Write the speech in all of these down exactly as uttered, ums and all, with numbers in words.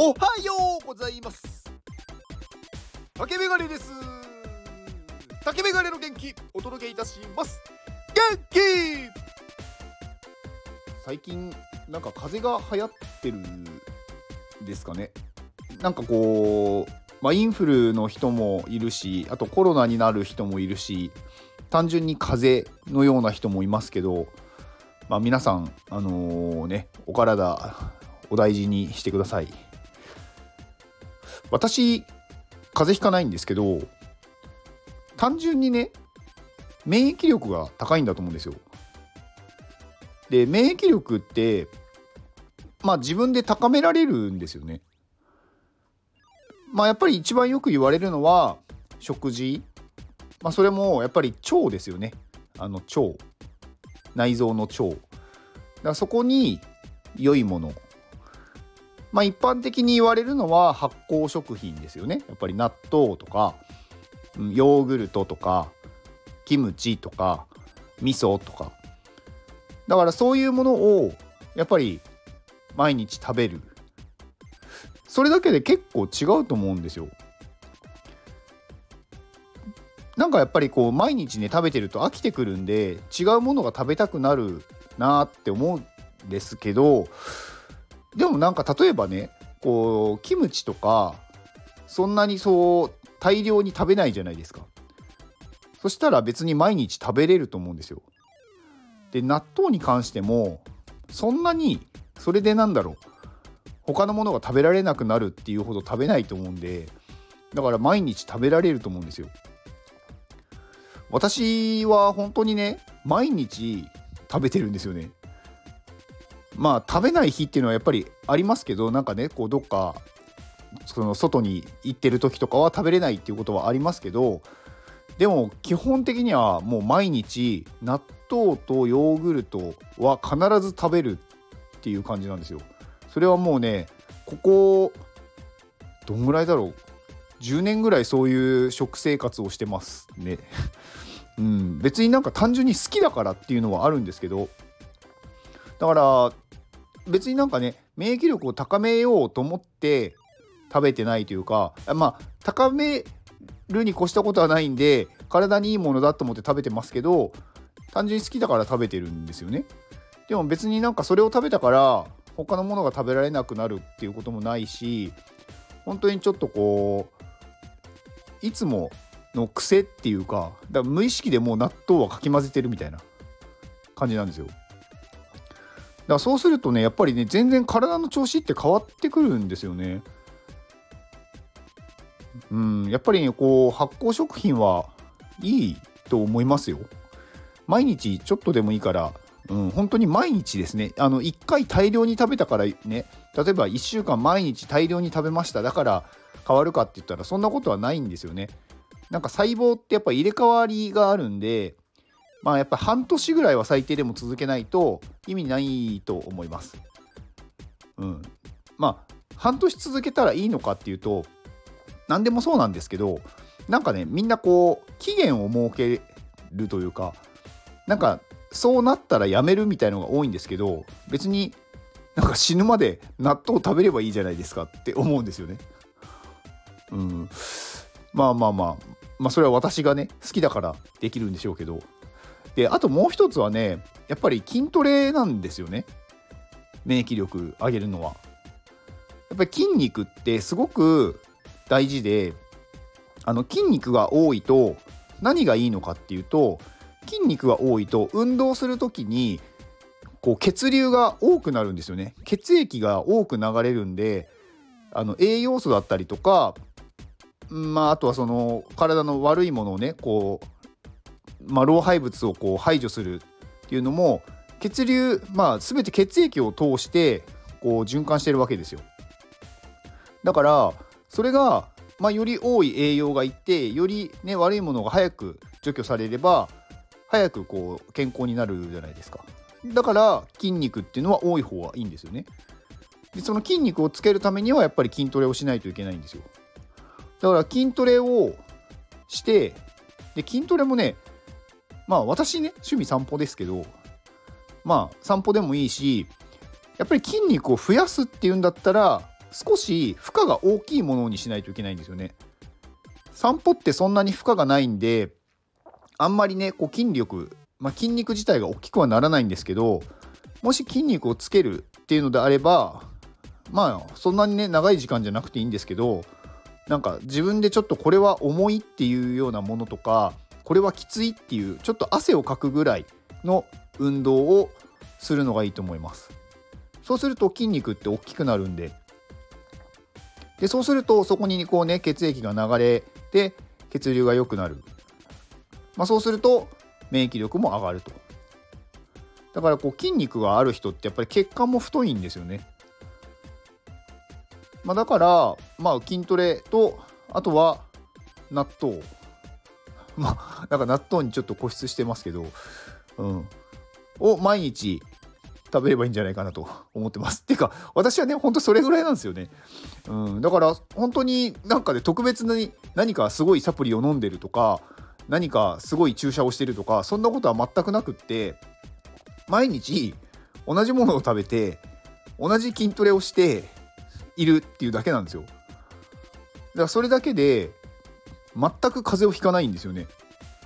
おはようございます。竹メガネです。竹メガネの元気お届けいたします。元気。最近なんか風邪が流行ってるんですかね。なんかこう、まあ、インフルの人もいるし、あとコロナになる人もいるし、単純に風邪のような人もいますけど、まあ、皆さんあのー、ねお体お大事にしてください。私風邪ひかないんですけど、単純にね免疫力が高いんだと思うんですよ。で、免疫力ってまあ自分で高められるんですよね。まあやっぱり一番よく言われるのは食事、まあそれもやっぱり腸ですよね。あの腸、内臓の腸だからそこに良いもの、まあ一般的に言われるのは発酵食品ですよね。やっぱり納豆とかヨーグルトとかキムチとか味噌とか、だからそういうものをやっぱり毎日食べる、それだけで結構違うと思うんですよ。なんかやっぱりこう毎日ね食べてると飽きてくるんで、違うものが食べたくなるなって思うんですけど、でもなんか例えばねこうキムチとかそんなにそう大量に食べないじゃないですか。そしたら別に毎日食べれると思うんですよ。で、納豆に関してもそんなにそれでなんだろう他のものが食べられなくなるっていうほど食べないと思うんで、だから毎日食べられると思うんですよ。私は本当にね毎日食べてるんですよね。まあ食べない日っていうのはやっぱりありますけど、なんかねこうどっかその外に行ってる時とかは食べれないっていうことはありますけど、でも基本的にはもう毎日納豆とヨーグルトは必ず食べるっていう感じなんですよ。それはもうねここどんぐらいだろうじゅうねんぐらいそういう食生活をしてますねうん、別になんか単純に好きだからっていうのはあるんですけど、だから別になんかね免疫力を高めようと思って食べてないというか、まあ高めるに越したことはないんで体にいいものだと思って食べてますけど、単純に好きだから食べてるんですよね。でも別になんかそれを食べたから他のものが食べられなくなるっていうこともないし、本当にちょっとこういつもの癖っていうか、だから無意識でもう納豆はかき混ぜてるみたいな感じなんですよ。だからそうするとねやっぱりね全然体の調子って変わってくるんですよね。うん、やっぱりねこう発酵食品はいいと思いますよ。毎日ちょっとでもいいから、うん、本当に毎日ですね。あのいっかい大量に食べたからね、例えばいっしゅうかん毎日大量に食べましただから変わるかって言ったらそんなことはないんですよね。なんか細胞ってやっぱ入れ替わりがあるんで、まあやっぱ半年ぐらいは最低でも続けないと意味ないと思います。うん、まあ半年続けたらいいのかっていうと何でもそうなんですけど、なんかねみんなこう期限を設けるというか、なんかそうなったらやめるみたいのが多いんですけど、別になんか死ぬまで納豆を食べればいいじゃないですかって思うんですよね。うん、まあまあまあまあそれは私がね好きだからできるんでしょうけど、であともう一つはねやっぱり筋トレなんですよね。免疫力上げるのはやっぱり筋肉ってすごく大事で、あの筋肉が多いと何がいいのかっていうと、筋肉が多いと運動するときにこう血流が多くなるんですよね。血液が多く流れるんで、あの栄養素だったりとか、まあ、あとはその体の悪いものをねこう、まあ、老廃物をこう排除するっていうのも血流、まあ、全て血液を通してこう循環してるわけですよ。だからそれが、まあ、より多い栄養がいってより、ね、悪いものが早く除去されれば早くこう健康になるじゃないですか。だから筋肉っていうのは多い方がいいんですよね。でその筋肉をつけるためにはやっぱり筋トレをしないといけないんですよ。だから筋トレをして、で筋トレもねまあ私ね趣味散歩ですけど、まあ散歩でもいいし、やっぱり筋肉を増やすっていうんだったら少し負荷が大きいものにしないといけないんですよね。散歩ってそんなに負荷がないんで、あんまりねこう筋力、まあ、筋肉自体が大きくはならないんですけど、もし筋肉をつけるっていうのであれば、まあそんなにね長い時間じゃなくていいんですけど、なんか自分でちょっとこれは重いっていうようなものとか、これはきついっていうちょっと汗をかくぐらいの運動をするのがいいと思います。そうすると筋肉って大きくなるんで、でそうするとそこにこうね血液が流れて血流が良くなる、まあ、そうすると免疫力も上がると。だからこう筋肉がある人ってやっぱり血管も太いんですよね。まあ、だからまあ筋トレと、あとは納豆まあなんか納豆にちょっと固執してますけど、うんを毎日食べればいいんじゃないかなと思ってます。っていうか私はね本当それぐらいなんですよね。うん、だから本当になんかで、ね、特別に何かすごいサプリを飲んでるとか、何かすごい注射をしてるとか、そんなことは全くなくって、毎日同じものを食べて同じ筋トレをしているっていうだけなんですよ。だからそれだけで全く風邪をひかないんですよね。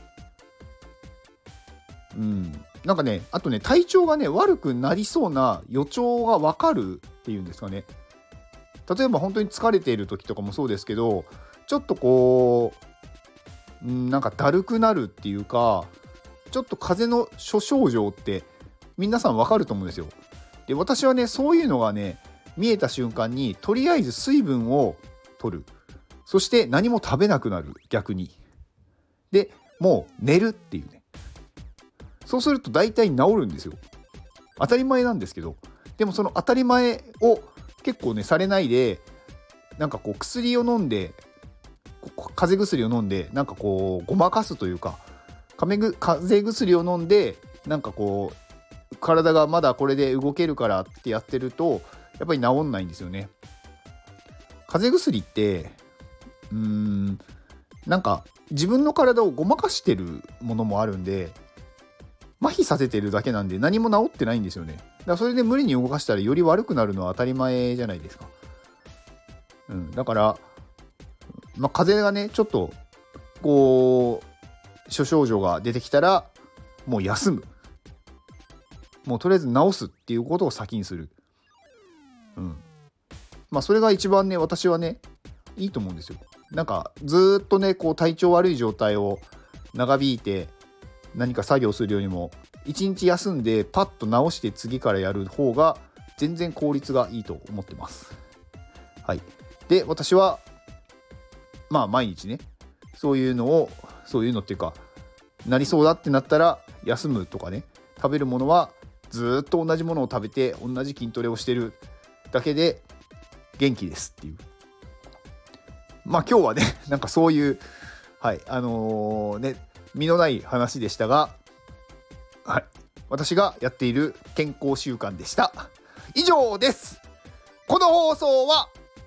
うん、なんかね、あとね、体調がね悪くなりそうな予兆が分かるっていうんですかね。例えば本当に疲れている時とかもそうですけど、ちょっとこう、うん、なんかだるくなるっていうか、ちょっと風邪の諸症状って皆さん分かると思うんですよ。で、私はねそういうのがね見えた瞬間に、とりあえず水分を取る、そして何も食べなくなる、逆に。でもう寝るっていうね。そうすると大体治るんですよ。当たり前なんですけど、でもその当たり前を結構ねされないで、なんかこう薬を飲んで、風邪薬を飲んで、なんかこうごまかすというか、風邪薬を飲んで、なんかこう体がまだこれで動けるからってやってると、やっぱり治んないんですよね。風邪薬ってうーんなんか自分の体をごまかしてるものもあるんで、麻痺させてるだけなんで何も治ってないんですよね。だからそれで無理に動かしたらより悪くなるのは当たり前じゃないですか。うん、だから、まあ、風邪がねちょっとこう諸症状が出てきたら、もう休む、もうとりあえず治すっていうことを先にする。うん、まあそれが一番ね私はねいいと思うんですよ。なんかずっとねこう体調悪い状態を長引いて何か作業するよりも、一日休んでパッと直して次からやる方が全然効率がいいと思ってます。はい。で私はまあ毎日ねそういうのをそういうのっていうか、なりそうだってなったら休むとかね、食べるものはずっと同じものを食べて同じ筋トレをしてるだけで元気ですっていう。まあ今日はねなんかそういうはいあのー、ね身のない話でしたが、はい、私がやっている健康習慣でした。以上です。この放送は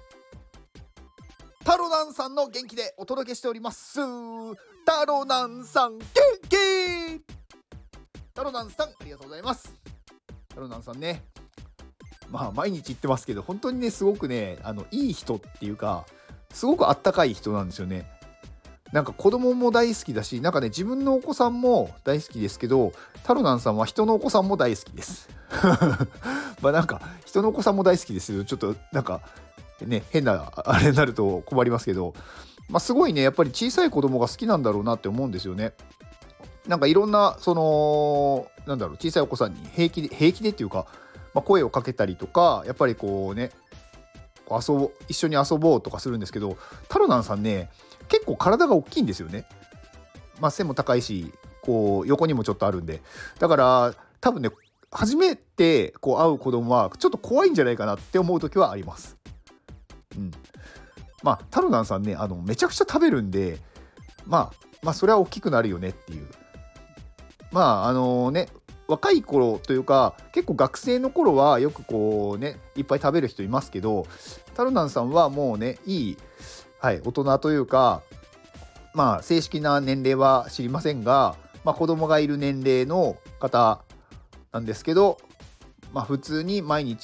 タロナンさんの元気でお届けしております。タロナンさん元気、タロナンさんありがとうございます。タロナンさんね、まあ毎日言ってますけど、本当にねすごくねあのいい人っていうか、すごくあったかい人なんですよね。なんか子供も大好きだし、なんかね自分のお子さんも大好きですけど、タロナンさんは人のお子さんも大好きですまあなんか人のお子さんも大好きですけど、ちょっとなんかね変なあれになると困りますけど、まあすごいねやっぱり小さい子供が好きなんだろうなって思うんですよね。なんかいろんなそのなんだろう、小さいお子さんに平気で平気でっていうか、まあ、声をかけたりとか、やっぱりこうね遊ぼ一緒に遊ぼうとかするんですけど、タロナンさんね結構体が大きいんですよね。まあ背も高いし、こう横にもちょっとあるんで、だから多分ね初めてこう会う子供はちょっと怖いんじゃないかなって思う時はあります。うん。まあタロナンさんねあのめちゃくちゃ食べるんで、まあまあそれは大きくなるよねっていう。まああのね若い頃というか結構学生の頃はよくこうねいっぱい食べる人いますけど、タロナンさんはもうねいい、はい、大人というか、まあ正式な年齢は知りませんが、まあ、子供がいる年齢の方なんですけど、まあ、普通に毎日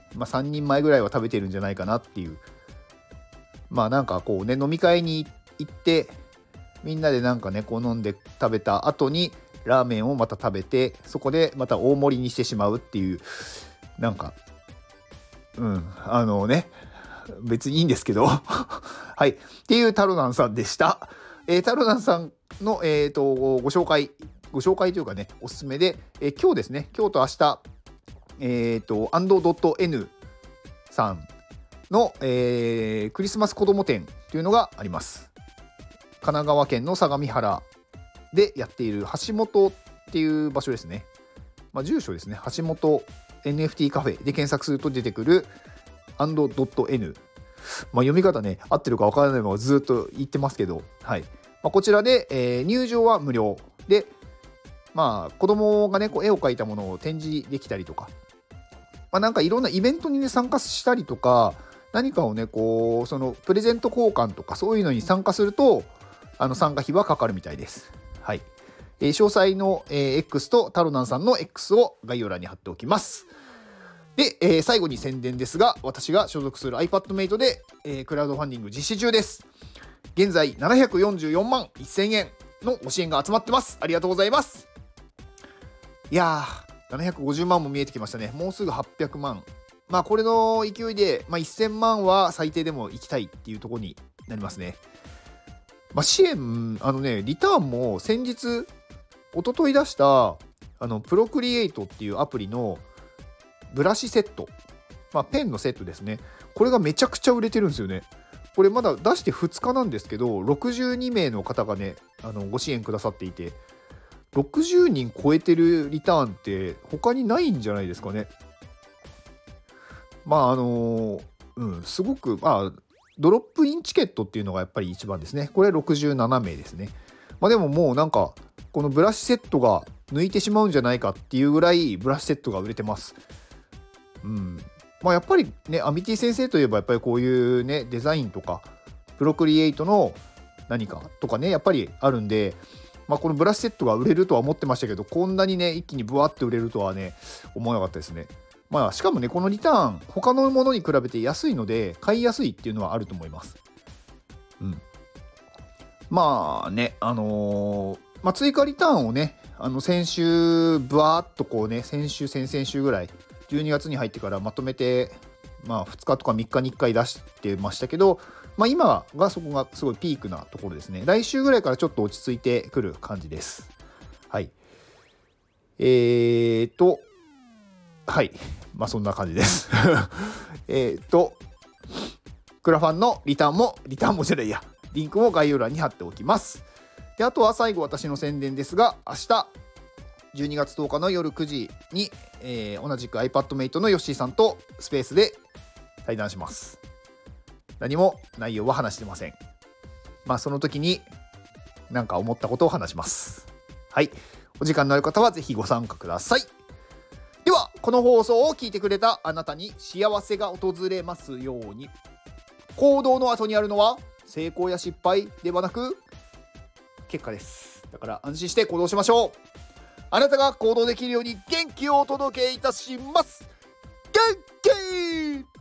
まあ、さんにんまえぐらいは食べてるんじゃないかなっていう。まあなんかこうね、飲み会に行ってみんなでなんかねこう飲んで食べた後にラーメンをまた食べて、そこでまた大盛りにしてしまうっていう、なんかうんあのね別にいいんですけどはいっていうタロナンさんでした。えー、タロナンさんの、えー、とご紹介ご紹介というかねおすすめで、えー、今日ですね今日と明日えー、とアンド .n さんの、えー、クリスマス子ども展というのがあります。神奈川県の相模原でやっている橋本っていう場所ですね。まあ、住所ですね。橋本 エヌエフティー カフェで検索すると出てくる アンド .n、まあ、読み方ね合ってるか分からないままずっと言ってますけど、はいまあ、こちらで、えー、入場は無料で、まあ、子供がねこう絵を描いたものを展示できたりとか、まあ、なんかいろんなイベントに、ね、参加したりとか、何かをねこうそのプレゼント交換とかそういうのに参加するとあの参加費はかかるみたいです。はい、えー、詳細の、えー、X とタロナンさんの X を概要欄に貼っておきます。で、えー、最後に宣伝ですが、私が所属する iPadMate で、えー、クラウドファンディング実施中です。現在ななひゃくよんじゅうよんまんせんえんのご支援が集まってます。ありがとうございます。いやーななひゃくごじゅうまんも見えてきましたね。もうすぐはっぴゃくまん。まあこれの勢いで、まあ、せんまんは最低でも行きたいっていうところになりますね。まあ、支援あのねリターンも先日一昨日出したあのプロクリエイトっていうアプリのブラシセット、まあ、ペンのセットですね。これがめちゃくちゃ売れてるんですよね。これまだ出してふつかなんですけど、ろくじゅうにめいの方がねあのご支援くださっていて、ろくじゅうにん超えてるリターンって他にないんじゃないですかね。まああのうんすごくまあドロップインチケットっていうのがやっぱり一番ですね。これろくじゅうななめいですね。まあでももうなんかこのブラシセットが抜いてしまうんじゃないかっていうぐらいブラシセットが売れてます。うん。まあやっぱりねアミティ先生といえばやっぱりこういうねデザインとかプロクリエイトの何かとかねやっぱりあるんで、まあこのブラシセットが売れるとは思ってましたけど、こんなにね一気にブワーって売れるとはね思わなかったですね。まあしかもねこのリターン他のものに比べて安いので買いやすいっていうのはあると思います。うん。まあねあのー、まあ追加リターンをねあの先週ブワーっとこうね先週先々週ぐらいじゅうにがつに入ってからまとめてまあふつかとかみっかにいっかい出してましたけど、まあ今がそこがすごいピークなところですね。来週ぐらいからちょっと落ち着いてくる感じです。はい。えーとはいまあそんな感じですえっとクラファンのリターンもリターンもじゃないやリンクも概要欄に貼っておきます。であとは最後私の宣伝ですが、明日じゅうにがつとおかの夜くじに、えー、同じく iPadMate のヨッシーさんとスペースで対談します。何も内容は話してません。まあその時に何か思ったことを話します。はい、お時間のある方はぜひご参加ください。ではこの放送を聞いてくれたあなたに幸せが訪れますように。行動の後にあるのは成功や失敗ではなく結果です。だから安心して行動しましょう。あなたが行動できるように元気をお届けいたします。元気